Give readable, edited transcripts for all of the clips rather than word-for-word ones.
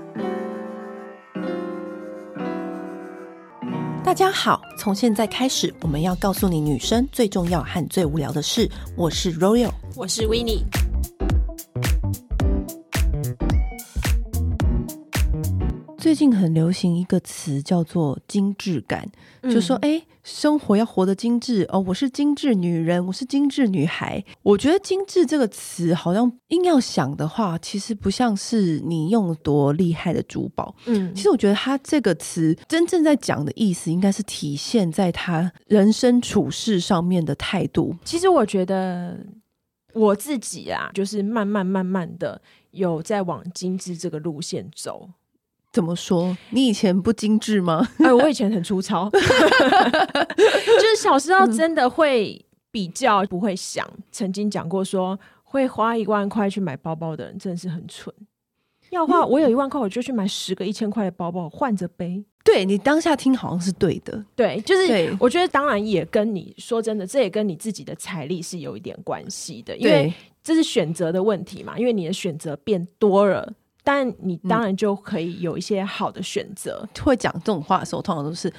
大家好，从现在开始，我们要告诉你女生最重要和最无聊的事。我是 Royal， 我是 Winnie。 最近很流行一个词叫做精致感，就说生活要活得精致哦，我是精致女人，我是精致女孩。我觉得精致这个词好像硬要想的话，其实不像是你用多厉害的珠宝。其实我觉得它这个词真正在讲的意思，应该是体现在他人生处事上面的态度。 其实我觉得我自己啊，就是慢慢的有在往精致这个路线走。 怎么说？你以前不精致吗？ 我以前很粗糙，就是小时候真的会比较，不会想。曾经讲过说，会花1万块去买包包的人真的是很蠢。要花我有1万块，我就去买10个1000块的包包，换着背。 对，你当下听好像是对的， 对，就是我觉得当然也跟你说真的，这也跟你自己的财力是有一点关系的，因为这是选择的问题嘛，因为你的选择变多了。但你当然就可以有一些好的选择。 会讲这种话的时候，通常都是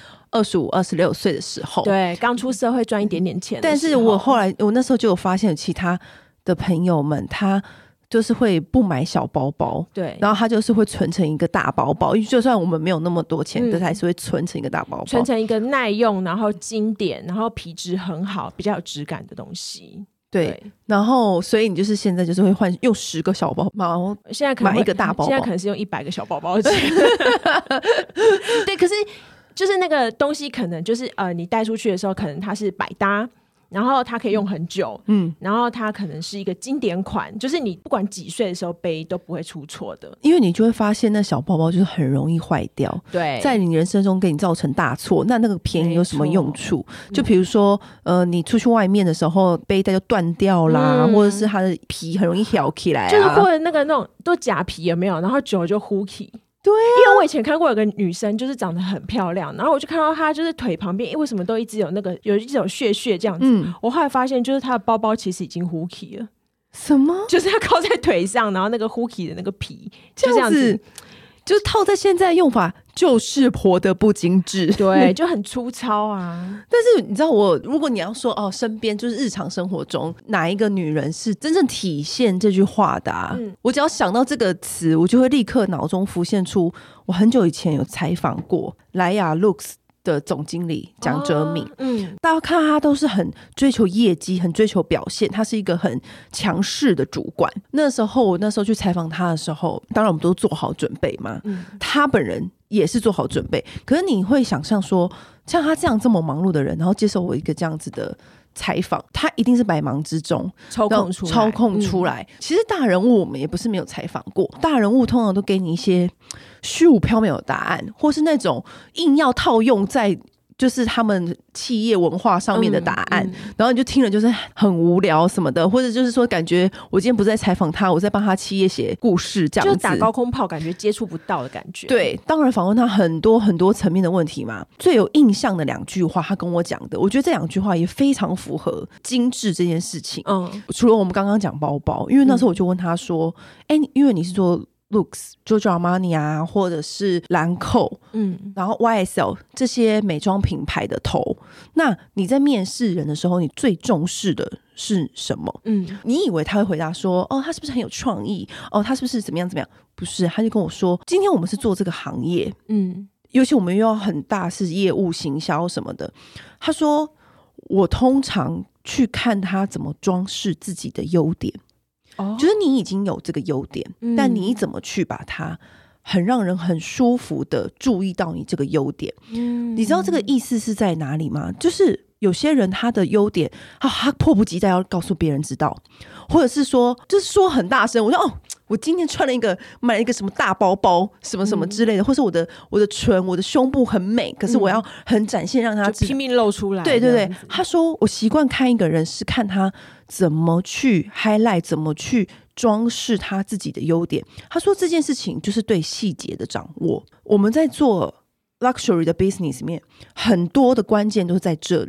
25、26岁的时候， 对，刚出社会赚一点点钱的时候。 但是我那时候就有发现，有其他的朋友们，他就是会不买小包包， 对， 然后他就是会存成一个大包包，就算我们没有那么多钱，但还是会存成一个大包包， 存成一个耐用，然后经典，然后皮质很好，比较有质感的东西。 对，然后所以你就是现在就是会换用10个小包包， 现在可能买一个大包包， 现在可能是用100个小包包的钱。对，可是就是那个东西可能就是你带出去的时候，可能它是百搭，然后它可以用很久，然后它可能是一个经典款，就是你不管几岁的时候背都不会出错的。 因为你就会发现那小包包就是很容易坏掉， 对， 在你人生中给你造成大错，那个便宜有什么用处？就比如说你出去外面的时候背带就断掉啦，或者是它的皮很容易挑起来就是或者那种都假皮有没有，然后久了就糊起。 对因为我以前看过有个女生，就是长得很漂亮，然后我就看到她就是腿旁边为什么都一直有一种屑这样子，我后来发现就是她的包包其实已经糊起了。 什么？ 就是她靠在腿上，然后那个糊起的那个皮就这样子， 就是套在现在用法，就是活得不精致， 对，就很粗糙啊。 但是你知道如果你要说身边就是日常生活中哪一个女人是真正体现这句话的我只要想到这个词，我就会立刻脑中浮现出我很久以前有采访过莱雅 Lux 的总经理蒋哲敏。大家看他都是很追求业绩，很追求表现，他是一个很强势的主管。那时候去采访他的时候，当然我们都做好准备嘛，他本人也是做好准备。可是你会想象说，像他这样这么忙碌的人，然后接受我一个这样子的采访，他一定是百忙之中抽空出来。 其实大人物我们也不是没有采访过，大人物通常都给你一些虚无缥缈的答案，或是那种硬要套用在就是他们企业文化上面的答案，然后你就听了就是很无聊什么的，或者就是说感觉我今天不是在采访他，我在帮他企业写故事这样子， 就是打高空炮，感觉接触不到的感觉。 对，当然访问他很多很多层面的问题嘛。最有印象的2句话他跟我讲的，我觉得这2句话也非常符合精致这件事情。除了我们刚刚讲包包，因为那时候我就问他说因为你是做Lux、Giorgio Armani 啊，或者是兰蔻，然后 YSL 这些美妆品牌的头，那你在面试人的时候，你最重视的是什么？你以为他会回答说，他是不是很有创意？他是不是怎么样？不是，他就跟我说，今天我们是做这个行业，尤其我们又要很大是业务行销什么的。他说，我通常去看他怎么装饰自己的优点。就是你已经有这个优点，但你怎么去把它很让人很舒服的注意到你这个优点？你知道这个意思是在哪里吗？就是有些人他的优点他迫不及待要告诉别人知道，或者是说就是说很大声，我说我今天买了一个什么大包包什么什么之类的，或是我的唇我的胸部很美，可是我要很展现让他就拼命露出来。 对对对，他说我习惯看一个人是看他怎么去 highlight， 怎么去装饰他自己的优点。他说这件事情就是对细节的掌握。我们在做 luxury 的 business 里面，很多的关键都是在这里。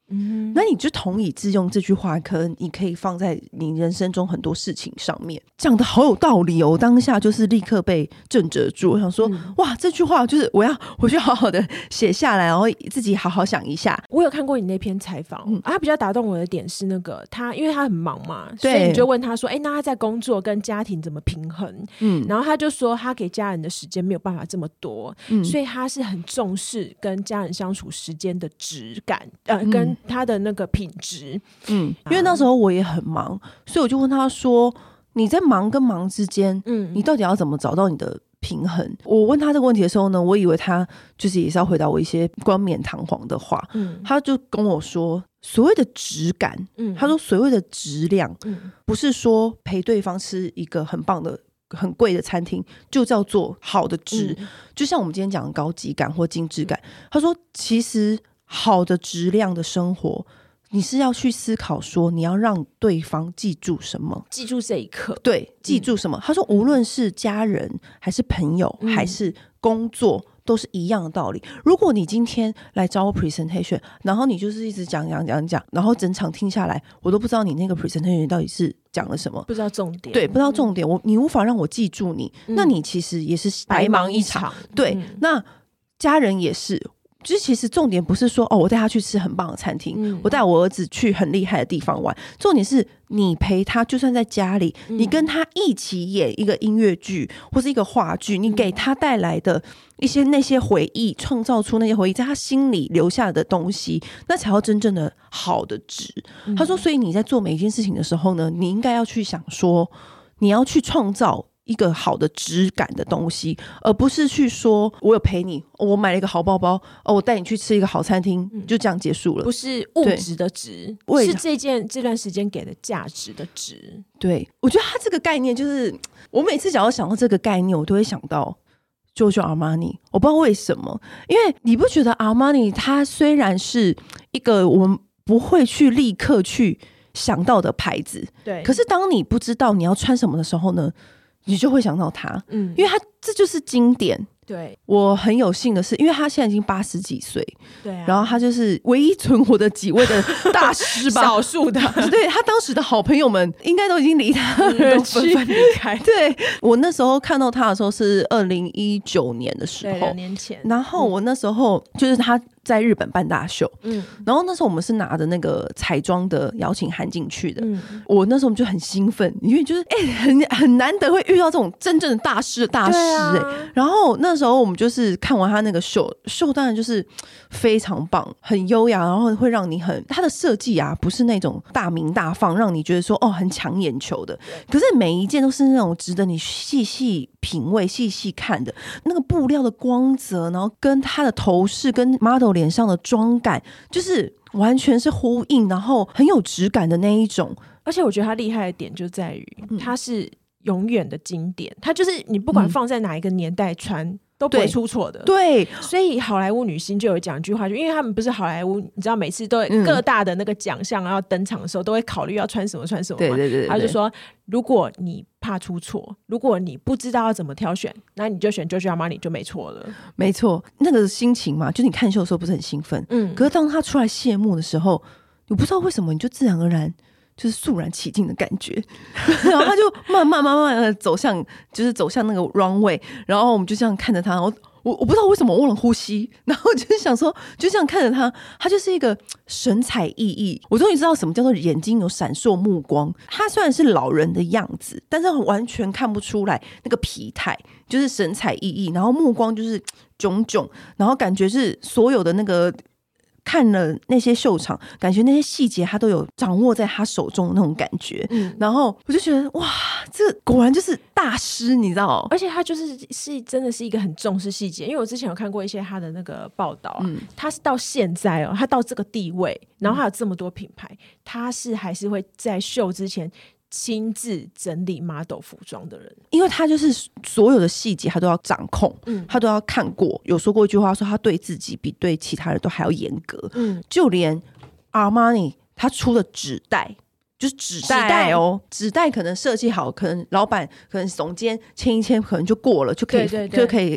那你就同理致用这句话，可能你可以放在你人生中很多事情上面，讲的好有道理哦。当下就是立刻被震慑住，我想说，哇，这句话就是我要回去好好的写下来，然后自己好好想一下。 我有看过你那篇采访，他比较打动我的点是那个他，因为他很忙嘛，所以你就问他说，那他在工作跟家庭怎么平衡？然后他就说他给家人的时间没有办法这么多，所以他是很重视跟家人相处时间的质感，跟他的那个品质。因为那时候我也很忙，所以我就问他说，你在忙跟忙之间，你到底要怎么找到你的平衡？我问他这个问题的时候呢，我以为他就是也是要回答我一些冠冕堂皇的话，他就跟我说所谓的质感，他说所谓的质量，不是说陪对方吃一个很棒的很贵的餐厅就叫做好的质，就像我们今天讲的高级感或精致感，他说其实好的质量的生活，你是要去思考说你要让对方记住什么， 记住这一刻， 对，记住什么。他说无论是家人还是朋友还是工作都是一样的道理。如果你今天来找我 presentation， 然后你就是一直讲，然后整场听下来我都不知道你那个 presentation 到底是讲了什么， 不知道重点， 对，不知道重点，你无法让我记住你，那你其实也是白忙一场。对，那家人也是，就是其实重点不是说我带他去吃很棒的餐厅，我带我儿子去很厉害的地方玩，重点是你陪他，就算在家里，你跟他一起演一个音乐剧或是一个话剧，你给他带来的一些那些回忆，创造出那些回忆，在他心里留下的东西，那才要真正的好的质。他说，所以你在做每一件事情的时候呢，你应该要去想说，你要去创造一个好的质感的东西，而不是去说我有陪你，我买了一个好包包，我带你去吃一个好餐厅，就这样结束了。 不是物质的质，是这段时间给的价值的质。 对，我觉得他这个概念就是我每次只要想到这个概念，我都会想到Giorgio Armani。我不知道为什么，因为你不觉得 Armani 它虽然是一个我们不会去立刻去想到的牌子， 对， 可是当你不知道你要穿什么的时候呢，你就会想到它，因为它这就是经典。 对， 我很有幸的是，因为他现在已经80几岁， 对啊， 然后他就是唯一存活的几位的大师吧， 少数的， 对，他当时的好朋友们应该都已经离他而去， 都纷纷离开。 对，我那时候看到他的时候是2019年的时候， 对，2年前。 然后我那时候就是他在日本办大秀，然后那时候我们是拿着那个彩妆的邀请函进去的，我那时候就很兴奋，因为就是很难得会遇到这种真正的大师的大师然后那时候我们就是看完他那个秀当然就是非常棒，很优雅，然后会让你他的设计啊不是那种大明大放让你觉得说很抢眼球的，可是每一件都是那种值得你细细品味细细看的，那个布料的光泽，然后跟他的头饰跟 model 脸上的妆感就是完全是呼应，然后很有质感的那一种。 而且我觉得他厉害的点就在于他是永远的经典，他就是你不管放在哪一个年代穿都不会出错的。 对， 所以好莱坞女星就有讲一句话，就因为他们不是好莱坞，你知道每次都各大的那个奖项要登场的时候都会考虑要穿什么嘛，对，他就说如果你怕出错，如果你不知道要怎么挑选，那你就选 Giorgio Armani 就没错了。 没错，那个心情嘛，就是你看秀的时候不是很兴奋，可是当他出来谢幕的时候，我不知道为什么你就自然而然就是肃然起敬的感觉然后他就慢慢的走向那个 runway， 然后我们就这样看着他，我不知道为什么我忘了呼吸，然后就是想说就这样看着他，他就是一个神采奕奕，我终于知道什么叫做眼睛有闪烁目光。他虽然是老人的样子，但是完全看不出来那个疲态，就是神采奕奕，然后目光就是炯炯，然后感觉是所有的那个看了那些秀场，感觉那些细节他都有掌握在他手中的那种感觉，然后我就觉得哇，这果然就是大师，你知道？ 而且他就是真的是一个很重视细节，因为我之前有看过一些他的那个报道他是到现在他到这个地位，然后他有这么多品牌，他是还是会在秀之前亲自整理 model 服装的人， 因为他就是所有的细节他都要掌控，他都要看过。有说过一句话说他对自己比对其他人都还要严格，就连 Armani 他出的纸袋，就是纸袋纸袋可能设计好，可能老板可能总监签一签可能就过了，就可以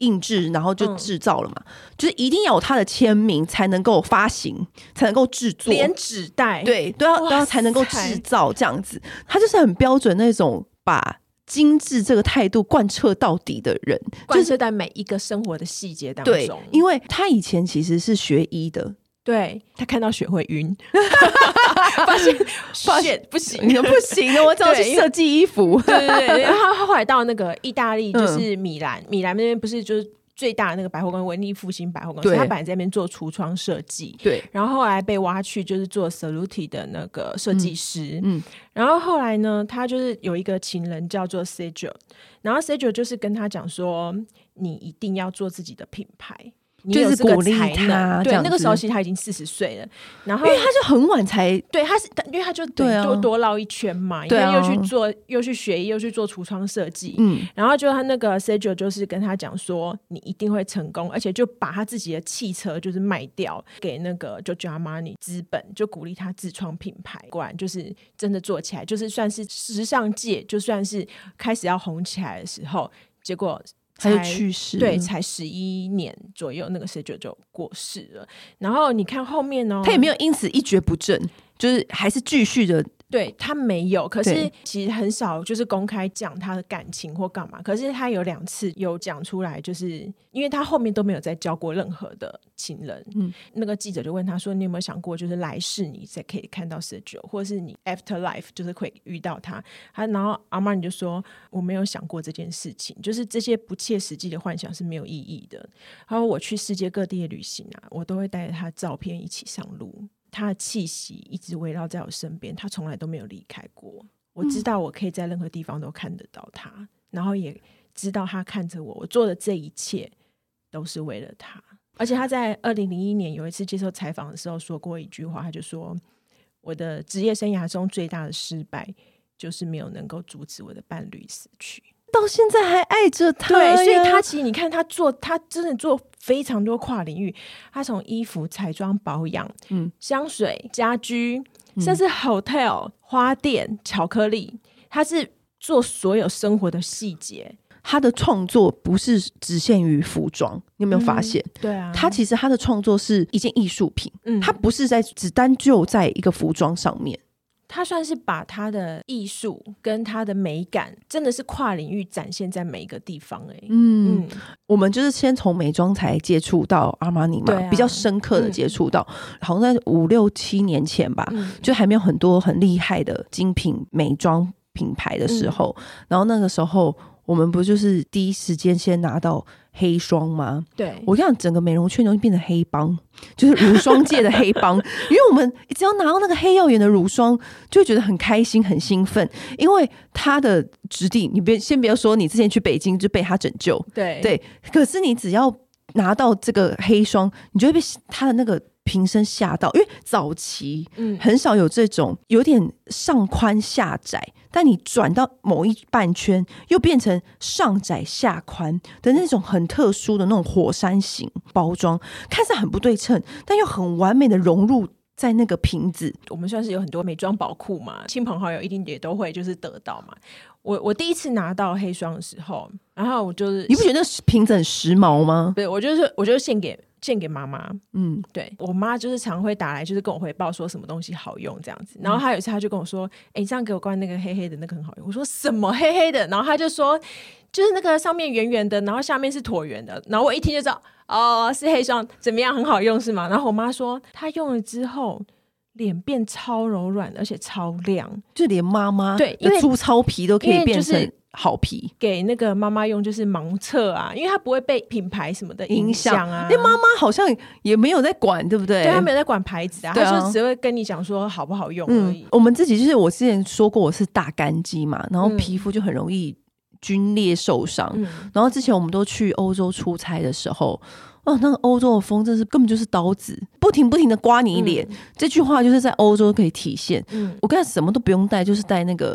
印制，然后就制造了嘛，就是一定要有他的签名才能够发行，才能够制作， 连纸袋对都要才能够制造这样子。他就是很标准那种把精致这个态度贯彻到底的人， 贯彻在每一个生活的细节当中。 对，因为他以前其实是学医的。 对，他看到血会晕发现不行不行的，我只要去设计衣服。 对，然后他后来到那个意大利，就是米兰那边不是就是最大的那个百货公司文艺复兴百货公司，他本来在那边做橱窗设计， 对， 然后后来被挖去就是做 Salluti 的那个设计师，然后后来呢，他就是有一个情人叫做 Sergio， 然后 Sergio 就是跟他讲说，你一定要做自己的品牌。 就是鼓励他， 对，那个时候其实他已经40岁了，然后因为他就很晚才， 对，因为他就多绕一圈嘛，因为又去学医，又去做橱窗设计，然后就他那个 Sergio 就是跟他讲说，你一定会成功，而且就把他自己的汽车就是卖掉给那个Giorgio Armani资本，就鼓励他自创品牌。果然就是真的做起来，就是算是时尚界就算是开始要红起来的时候，结果他就去世了， 对，才11年左右，那个Sergio就过世了。然后你看后面哦， 他也没有因此一蹶不振，就是还是继续的。 对，他没有，可是其实很少就是公开讲他的感情或干嘛。可是他有2次有讲出来，就是因为他后面都没有再交过任何的情人。那个记者就问他说：“你有没有想过，就是来世你才可以看到Sergio，或者是你 afterlife 就是会遇到他？”然后阿玛尼就说：“我没有想过这件事情，就是这些不切实际的幻想是没有意义的。然后我去世界各地的旅行啊，我都会带着他的照片一起上路。”他的气息一直围绕在我身边，他从来都没有离开过。我知道我可以在任何地方都看得到他，然后也知道他看着我，我做的这一切都是为了他。而且他在2001年有一次接受采访的时候说过一句话，他就说：“我的职业生涯中最大的失败就是没有能够阻止我的伴侣死去。” 到现在还爱着他。 对，所以他其实你看他真的做非常多跨领域，他从衣服、彩妆、保养、香水、家居，甚至 hotel、花店、巧克力，他是做所有生活的细节。 他的创作不是只限于服装，你有没有发现？ 对啊， 他其实他的创作是一件艺术品，他不是只单就在一个服装上面。 他算是把他的艺术跟他的美感真的是跨领域展现在每一个地方。 我们就是先从美妆才接触到阿玛尼嘛，比较深刻的接触到，好像在5、6、7年前吧，就还没有很多很厉害的精品美妆品牌的时候，然后那个时候我们不就是第一时间先拿到黑霜吗？ 对， 我看整个美容圈都变成黑帮，就是乳霜界的黑帮因为我们只要拿到那个黑曜岩的乳霜就会觉得很开心很兴奋，因为它的质地你先不要说你之前去北京就被它拯救，对，可是你只要拿到这个黑霜你就会被它的那个瓶身吓到，因为早期很少有这种有点上宽下窄，但你转到某一半圈又变成上窄下宽的那种很特殊的那种火山型包装，看似很不对称但又很完美的融入在那个瓶子。 我们算是有很多美妆宝库嘛，亲朋好友一定也都会就是得到嘛。我第一次拿到黑霜的时候，然后我就是你不觉得瓶子很时髦吗？ 对，我就献给妈妈。对，我妈就是常会打来就是跟我汇报说什么东西好用这样子，然后她有一次她就跟我说你这样给我灌那个黑黑的那个很好用。我说什么黑黑的？然后她就说就是那个上面圆圆的然后下面是椭圆的，然后我一听就知道哦是黑霜，怎么样很好用是吗？然后我妈说她用了之后脸变超柔软而且超亮， 就连妈妈的粗糙皮都可以变成好皮， 给那个妈妈用就是盲测啊，因为她不会被品牌什么的影响啊。 那妈妈好像也没有在管，对不对？ 对，她没有在管牌子啊，她就只会跟你讲说好不好用而已。 我们自己就是我之前说过我是大干肌嘛，然后皮肤就很容易皲裂受伤。然后之前我们都去欧洲出差的时候，那个欧洲的风真是根本就是刀子，不停的刮你脸。这句话就是在欧洲可以体现。我跟他什么都不用带，就是带那个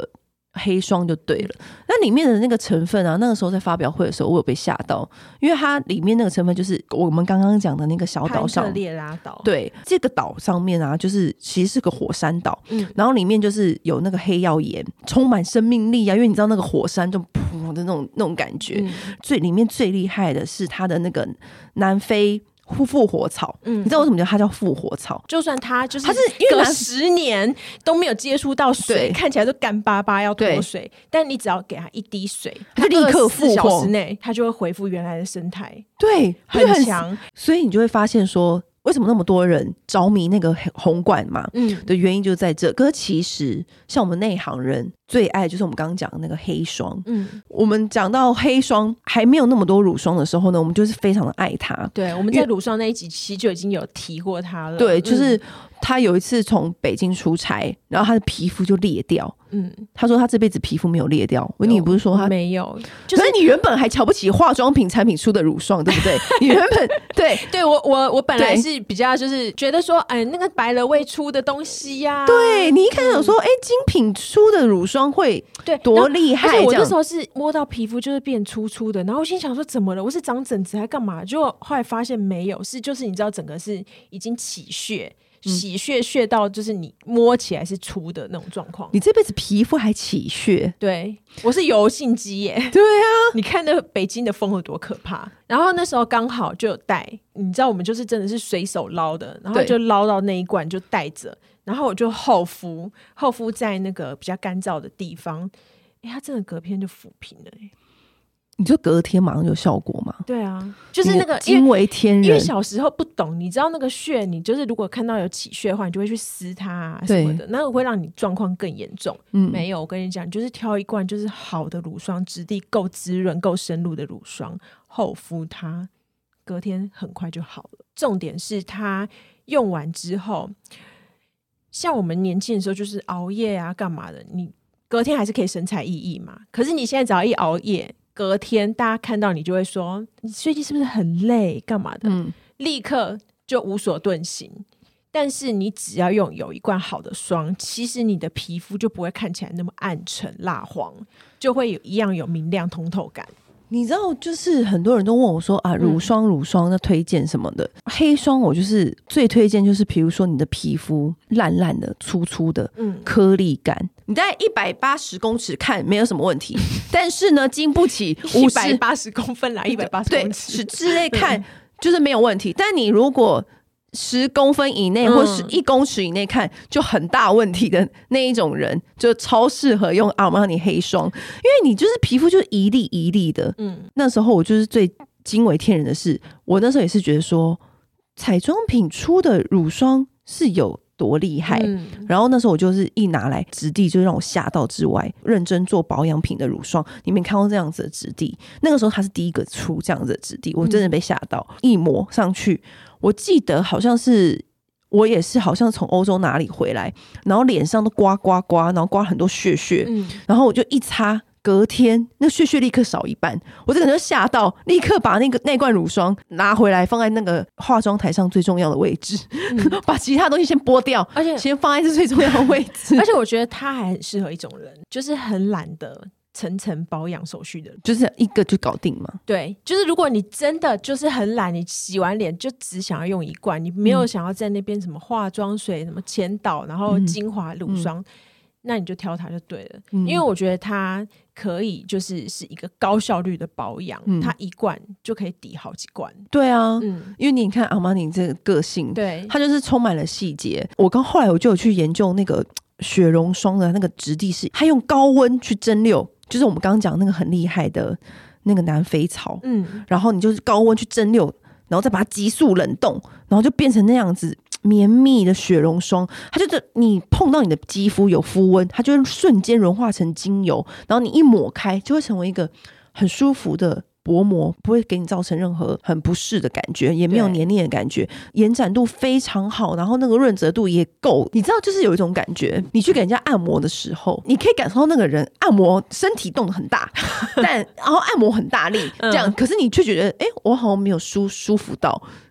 黑霜就对了。那里面的那个成分啊，那个时候在发表会的时候我有被吓到，因为它里面那个成分就是我们刚刚讲的那个小岛上， 潘克列拉岛， 对，这个岛上面啊就是其实是个火山岛，然后里面就是有那个黑曜岩，充满生命力啊，因为你知道那个火山就噗的那种感觉，里面最厉害的是它的那个南非复活草，你知道为什么叫它叫复活草？ 就算它是隔10年都没有接触到水，看起来都干巴巴要脱水，但你只要给它一滴水， 它就立刻复活，24 小时内它就会恢复原来的生态， 对， 很强。 所以你就会发现说，为什么那么多人着迷那个红馆嘛？的原因就在这。可是其实像我们内行人最爱就是我们刚刚讲的那个黑霜。我们讲到黑霜还没有那么多乳霜的时候呢，我们就是非常的爱它。 对，我们在乳霜那一集其实就已经有提过它了。 对，就是他有一次从北京出差，然后他的皮肤就裂掉。他说他这辈子皮肤没有裂掉。你不是说他没有？就是你原本还瞧不起化妆品产品出的乳霜，对不对？你原本对我本来是比较就是觉得说，哎，那个白了味出的东西呀， 对你一开始有说，哎，精品出的乳霜会多厉害？ 而且我那时候是摸到皮肤就是变粗粗的，然后我心想说怎么了？我是长疹子还干嘛？结果后来发现没有，就是你知道整个是已经起屑。起屑到就是你摸起来是粗的那种状况。 你这辈子皮肤还起屑？ 对，我是油性肌耶。 对啊， 你看那北京的风有多可怕。然后那时候刚好就有带，你知道我们就是真的是随手捞的，然后就捞到那一罐就带着，然后我就厚敷在那个比较干燥的地方，它真的隔天就抚平了耶。 你就隔天马上有效果吗？ 对啊，就是那个惊为天人。 因为小时候不懂，你知道那个屑，你就是如果看到有起屑的话，你就会去撕它啊什么的，那个会让你状况更严重。没有，我跟你讲，你就是挑一罐就是好的乳霜，质地够滋润、够深入的乳霜，厚敷它，隔天很快就好了。重点是它用完之后，像我们年轻的时候就是熬夜啊干嘛的，你隔天还是可以神采奕奕嘛。可是你现在只要一熬夜，隔天大家看到你就会说你最近是不是很累干嘛的，立刻就无所遁形。但是你只要有一罐好的霜，其实你的皮肤就不会看起来那么暗沉蜡黄，就会一样有明亮通透感。 你知道就是很多人都问我说啊，乳霜的推荐什么的，黑霜我就是最推荐，就是比如说你的皮肤烂烂的粗粗的颗粒感，你在180公尺看没有什么问题，但是呢经不起 180公分来180公尺之类看就是没有问题，但你如果10公分以内或是1公尺以内看就很大问题的那一种人，就超适合用阿玛尼黑霜，因为你就是皮肤就是一粒一粒的。那时候我就是最惊为天人的是，我那时候也是觉得说彩妆品出的乳霜是有多厉害，然后那时候我就是一拿来质地就让我吓到之外，认真做保养品的乳霜你没看过这样子的质地，那个时候它是第一个出这样子的质地，我真的被吓到，一抹上去我记得好像是我也是好像从欧洲哪里回来，然后脸上都刮，然后刮很多屑屑，然后我就一擦，隔天那屑屑立刻少一半，我这个人就吓到，立刻把那罐乳霜拿回来放在那个化妆台上最重要的位置，把其他东西先剥掉，而且先放在这最重要的位置。 而且我觉得它还很适合一种人，就是很懒的层保养手续的人， 就是一个就搞定嘛。 对，就是如果你真的就是很懒，你洗完脸就只想要用一罐，你没有想要在那边什么化妆水、什么前导，然后精华、乳霜，那你就挑它就对了。因为我觉得它可以就是一个高效率的保养，它一罐就可以抵好几罐。 对啊，因为你看阿玛尼这个个性， 对， 它就是充满了细节。后来我就有去研究那个雪绒霜的那个质地是，它用高温去蒸馏。就是我们刚刚讲那个很厉害的那个南非草，然后你就是高温去蒸馏，然后再把它急速冷冻，然后就变成那样子绵密的雪绒霜。它就是你碰到你的肌肤有肤温，它就会瞬间融化成精油，然后你一抹开就会成为一个很舒服的薄膜，不会给你造成任何很不适的感觉，也没有黏腻的感觉，延展度非常好，然后那个润泽度也够。你知道就是有一种感觉，你去给人家按摩的时候，你可以感受到那个人按摩身体动得很大然后按摩很大力这样，可是你却觉得我好像没有舒服到，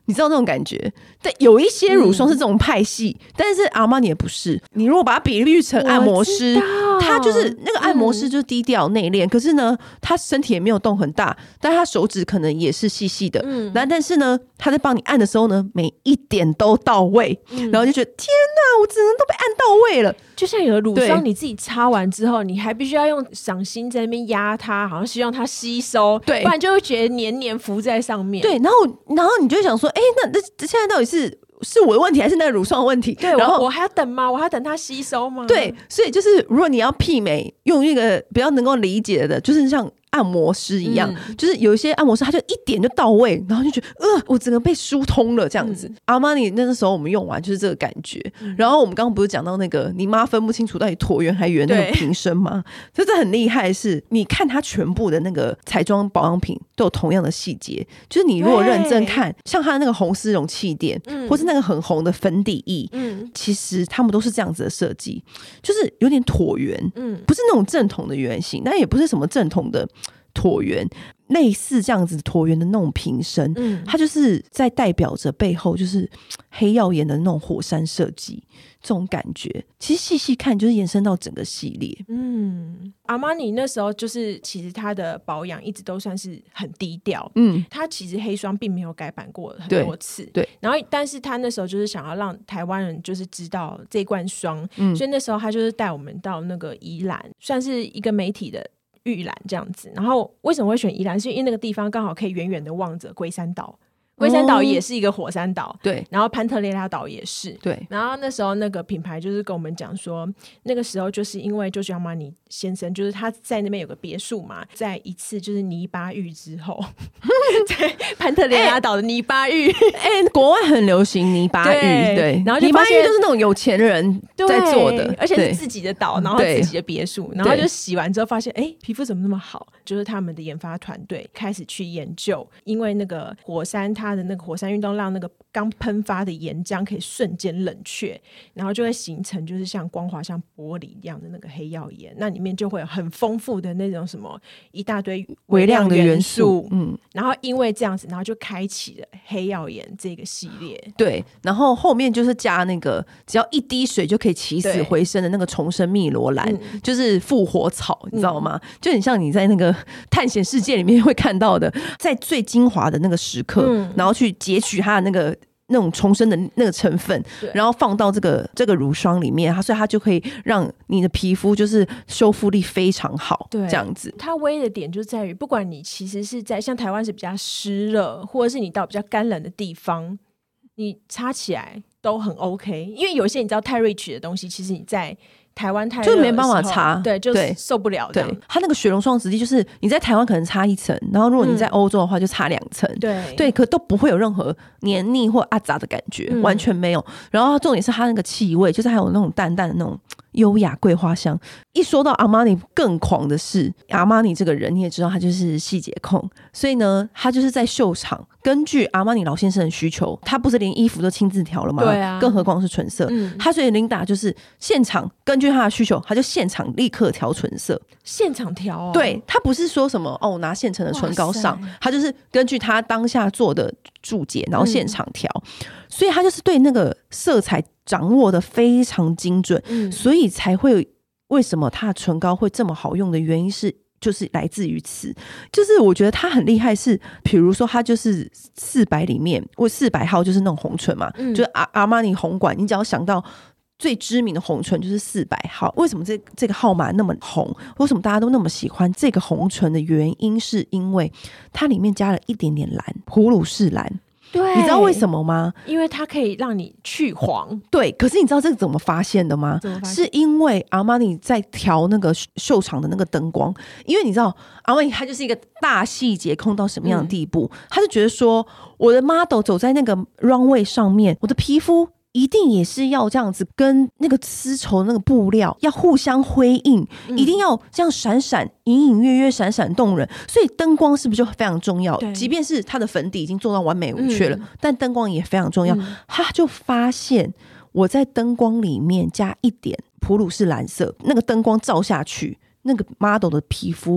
你知道那种感觉？对，有一些乳霜是这种派系，但是阿玛尼也不是。你如果把它比喻成按摩师，他就是那个按摩师就是低调内敛，可是呢，他身体也没有动很大，但他手指可能也是细细的。但是呢，他在帮你按的时候呢，每一点都到位，然后就觉得天哪，我整个都被按到位了。 就像有的乳霜你自己擦完之后，你还必须要用掌心在那边压它，好像希望它吸收，对，不然就会觉得黏黏浮在上面。 对，然后你就会想说，那现在到底是我的问题还是那个乳霜的问题？ 对， 然后我还要等吗？我还要等它吸收吗？ 对，所以就是如果你要媲美，用一个比较能够理解的，就是像按摩师一样，就是有一些按摩师他就一点就到位，然后就觉得我整个被疏通了这样子。阿玛尼那时候我们用完就是这个感觉。然后我们刚刚不是讲到那个你妈分不清楚到底椭圆还圆那个瓶身吗？这很厉害，是你看它全部的那个彩妆保养品都有同样的细节，就是你如果认真看，像它的那个红丝绒气垫，或是那个很红的粉底液，其实他们都是这样子的设计，就是有点椭圆，不是那种正统的圆形，但也不是什么正统的椭圆，类似这样子椭圆的那种瓶身，它就是在代表着背后就是黑曜岩的那种火山设计，这种感觉其实细细看就是延伸到整个系列。 阿玛尼那时候就是其实它的保养一直都算是很低调，它其实黑霜并没有改版过很多次，对，然后但是他那时候就是想要让台湾人就是知道这罐霜，所以那时候他就是带我们到那个宜兰，算是一个媒体的预览这样子。然后为什么会选宜兰，是因为那个地方刚好可以远远的望着龟山岛，龟山岛也是一个火山岛，对，然后潘特列拉岛也是，对。然后那时候那个品牌就是跟我们讲说，那个时候就是因为就是阿玛尼先生就是他在那边有个别墅嘛，在一次就是泥巴浴之后在潘特列拉岛的泥巴浴， 国外很流行泥巴浴，对，然后泥巴浴就是那种有钱人在做的， 而且是自己的岛，然后自己的别墅，然后就洗完之后发现皮肤怎么那么好，就是他们的研发团队开始去研究，因为那个火山它的那个火山运动让那个刚喷发的岩浆可以瞬间冷却，然后就会形成就是像光滑像玻璃一样的那个黑曜岩，那里面就会有很丰富的那种什么一大堆微量的元素，然后因为这样子，然后就开启了黑曜岩这个系列。 对，然后后面就是加那个只要一滴水就可以起死回生的那个重生蜜罗兰，就是复活草，你知道吗？就很像你在那个探险世界里面会看到的，在最精华的那个时刻，然后去截取它的那种重生的那个成分，然后放到这个乳霜里面，所以它就可以让你的皮肤就是修复力非常好，这样子。 它唯一的点就在于，不管你其实是在像台湾是比较湿热，或者是你到比较干冷的地方，你擦起来都很 OK。因为有些你知道太 rich 的东西，其实你在台湾太热就没办法擦， 对，就受不了。对， 它那个雪绒霜质地就是你在台湾可能擦一层，然后如果你在欧洲的话就擦2层，对，可都不会有任何黏腻或阿杂的感觉，完全没有。然后重点是它那个气味，就是还有那种淡淡的那种优雅桂花香。一说到阿玛尼更狂的是，阿玛尼这个人你也知道他就是细节控，所以呢他就是在秀场根据阿玛尼老先生的需求，他不是连衣服都亲自调了吗？对啊，更何况是唇色。他所以琳达就是现场根据他的需求，他就现场立刻调唇色， 现场调。 对，他不是说什么拿现成的唇膏上，他就是根据他当下做的注解然后现场调，所以他就是对那个色彩掌握的非常精准，所以才会为什么他的唇膏会这么好用的原因就是来自于此。就是我觉得他很厉害是，比如说他就是400里面，或400号就是那种红唇嘛，就是阿玛尼红馆，你只要想到最知名的红唇就是400号。为什么这个号码那么红？为什么大家都那么喜欢这个红唇的原因，是因为它里面加了一点点蓝，普鲁士蓝。对，你知道为什么吗？ 因为它可以让你去黄。 对，可是你知道这个怎么发现的吗？是因为阿玛尼在调那个秀场的那个灯光，因为你知道阿玛尼他就是一个大细节控到什么样的地步，他就觉得说我的 model 走在那个 runway 上面，我的皮肤一定也是要这样子跟那个丝绸那个布料要互相辉映，一定要这样闪闪隐隐约约闪闪动人，所以灯光是不是就非常重要？即便是它的粉底已经做到完美无缺了，但灯光也非常重要。他就发现我在灯光里面加一点普鲁士蓝色，那个灯光照下去，那个 model 的皮肤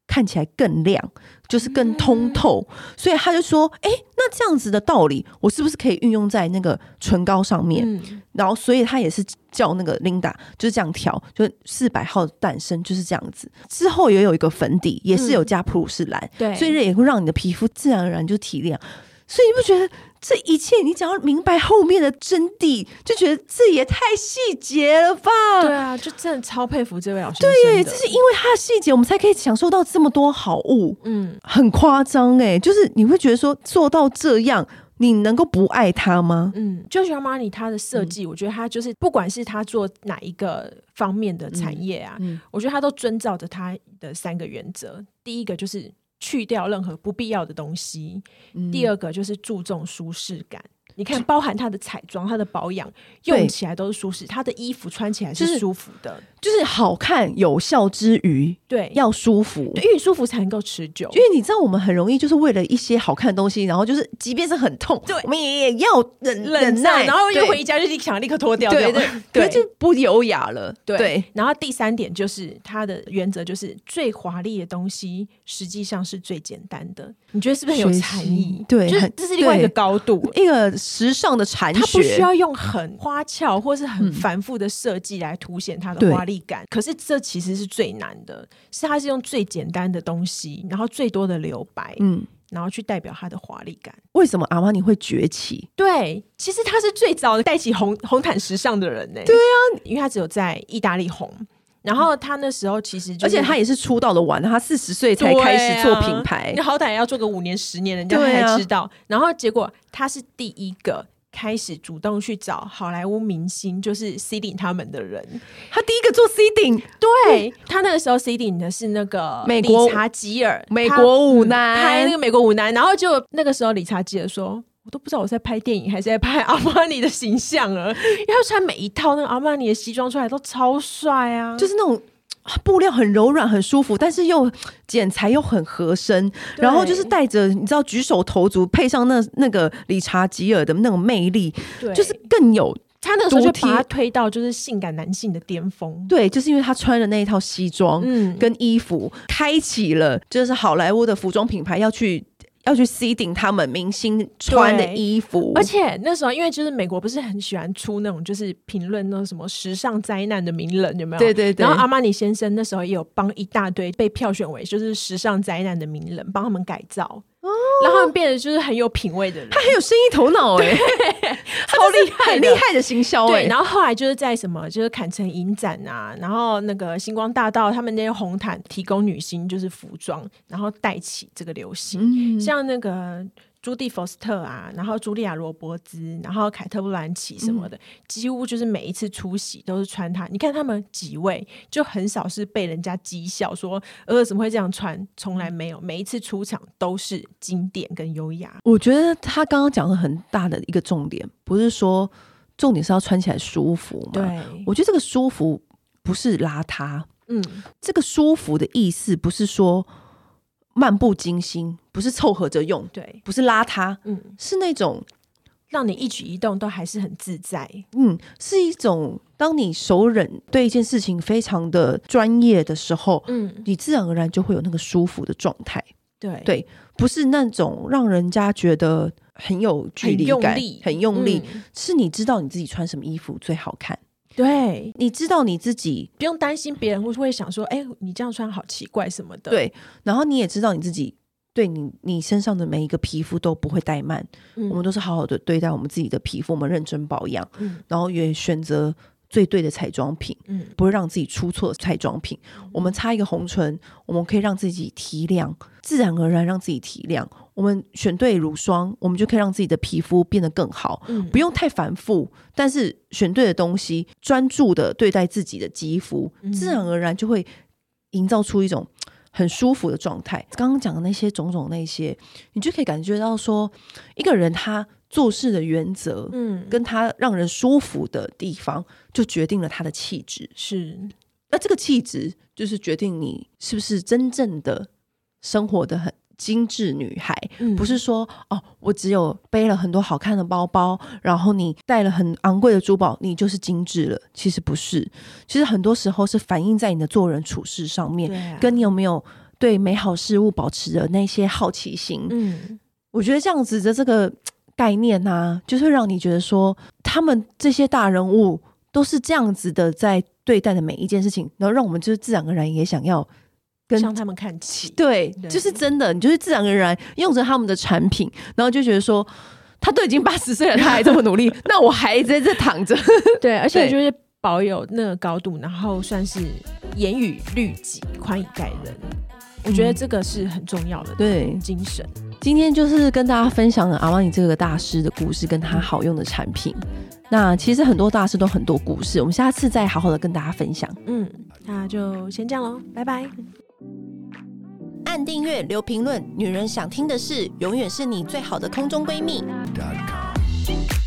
看起来更亮，就是更通透，所以他就说那这样子的道理我是不是可以运用在那个唇膏上面，然后所以他也是叫那个 Linda 就是这样调，就400号的诞生就是这样子。之后也有一个粉底也是有加普鲁士蓝， 对， 所以也会让你的皮肤自然而然就提亮。所以你不觉得这一切你只要明白后面的真谛，就觉得这也太细节了吧？ 对啊，就真的超佩服这位老先生。 对耶，这是因为他的细节我们才可以享受到这么多好物。很夸张就是你会觉得说做到这样你能够不爱他吗 ？Giorgio Armani 他的设计我觉得他就是不管是他做哪一个方面的产业啊，我觉得他都遵照着他的3个原则。第一个就是去掉任何不必要的东西，第二个就是注重舒适感。你看包含他的彩妆他的保养用起来都是舒适，他的衣服穿起来是舒服的， 就是好看有效之余对要舒服， 对，因为舒服才能够持久。 因为你知道我们很容易就是为了一些好看的东西，然后就是即便是很痛对我们也要忍耐， 然后又回家就想立刻脱掉， 对对对，就不优雅了。 对， 然后第3点就是他的原则就是最华丽的东西实际上是最简单的。你觉得是不是很有禅意？ 对， 就是这是另外一个高度， 一个时尚的禅学， 它不需要用很花俏或是很繁复的设计来凸显它的华丽感，可是这其实是最难的，是它是用最简单的东西，然后最多的留白然后去代表它的华丽感。 为什么阿玛尼会崛起？ 对，其实他是最早的带起红毯时尚的人呢。 对啊， 因为他只有在意大利红，然后他那时候其实而且他也是出道的晚，他40岁才开始做品牌， 你好歹也要做个5年10年人家才知道。然后结果他是第一个开始主动去找好莱坞明星，就是 seeding 他们的人。 他第一个做 seeding， 对，他那个时候 seeding 的是那个理查吉尔， 美国舞男， 拍那个美国舞男。然后就那个时候理查吉尔说，我都不知道我在拍电影还是在拍阿玛尼的形象了，因为他穿每一套那个阿玛尼的西装出来都超帅啊， 就是那种布料很柔软很舒服，但是又剪裁又很合身，然后就是带着你知道举手投足，配上那个理查吉尔的那种魅力，就是更有。 他那个时候就把他推到就是性感男性的巅峰。 对，就是因为他穿的那一套西装跟衣服，开启了就是好莱坞的服装品牌要去 seeding 他们明星穿的衣服。 而且那时候因为就是美国不是很喜欢出那种就是评论那种什么时尚灾难的名人，有没有？ 对对对。 然后阿玛尼先生那时候也有帮一大堆被票选为就是时尚灾难的名人帮他们改造，让他们变得就是很有品味的人。 他很有生意头脑超厉害， 很厉害的行销对，然后后来就是在什么就是坎城影展啊，然后那个星光大道他们那些红毯提供女星就是服装，然后带起这个流行。像那个朱蒂福斯特啊，然后茱莉亚罗伯兹，然后凯特布兰奇什么的，几乎就是每一次出席都是穿它。你看他们几位就很少是被人家讥笑说怎么会这样穿，从来没有，每一次出场都是经典跟优雅。 我觉得他刚刚讲的很大的一个重点，不是说重点是要穿起来舒服嘛？ 对， 我觉得这个舒服不是邋遢，这个舒服的意思不是说漫不经心，不是凑合着用， 对， 不是邋遢，是那种让你一举一动都还是很自在， 是一种当你熟人对一件事情非常的专业的时候，你自然而然就会有那个舒服的状态，对，不是那种让人家觉得很有距离感，很用力，是你知道你自己穿什么衣服最好看。 对， 你知道你自己不用担心别人会想说你这样穿好奇怪什么的， 对，然后你也知道你自己对你身上的每一个皮肤都不会怠慢，我们都是好好的对待我们自己的皮肤，我们认真保养，然后也选择最对的彩妆品，不会让自己出错的彩妆品，我们擦一个红唇，我们可以让自己提亮，自然而然让自己提亮，我们选对乳霜，我们就可以让自己的皮肤变得更好，不用太繁复，但是选对的东西，专注的对待自己的肌肤，自然而然就会营造出一种很舒服的状态。刚刚讲的那些种种那些，你就可以感觉到说一个人他做事的原则，跟他让人舒服的地方就决定了他的气质。 是， 那这个气质就是决定你是不是真正的生活的很精致女孩，不是说我只有背了很多好看的包包，然后你戴了很昂贵的珠宝你就是精致了，其实不是，其实很多时候是反映在你的做人处事上面，跟你有没有对美好事物保持着那些好奇心。我觉得这样子的这个概念啊，就是会让你觉得说他们这些大人物都是这样子的在对待的每一件事情，然后让我们就是自然而然也想要向他们看齐。 对，就是真的，你就是自然而然用着他们的产品，然后就觉得说他都已经80岁了，他还这么努力，那我还在这躺着。 对，而且就是保有那个高度，然后算是严以律己，宽以待人。我觉得这个是很重要的精神。 今天就是跟大家分享了阿玛尼这个大师的故事，跟他好用的产品。那其实很多大师都很多故事，我们下次再好好的跟大家分享。 那就先这样咯，拜拜。 按订阅，留评论，女人想听的事，永远是你最好的空中闺蜜。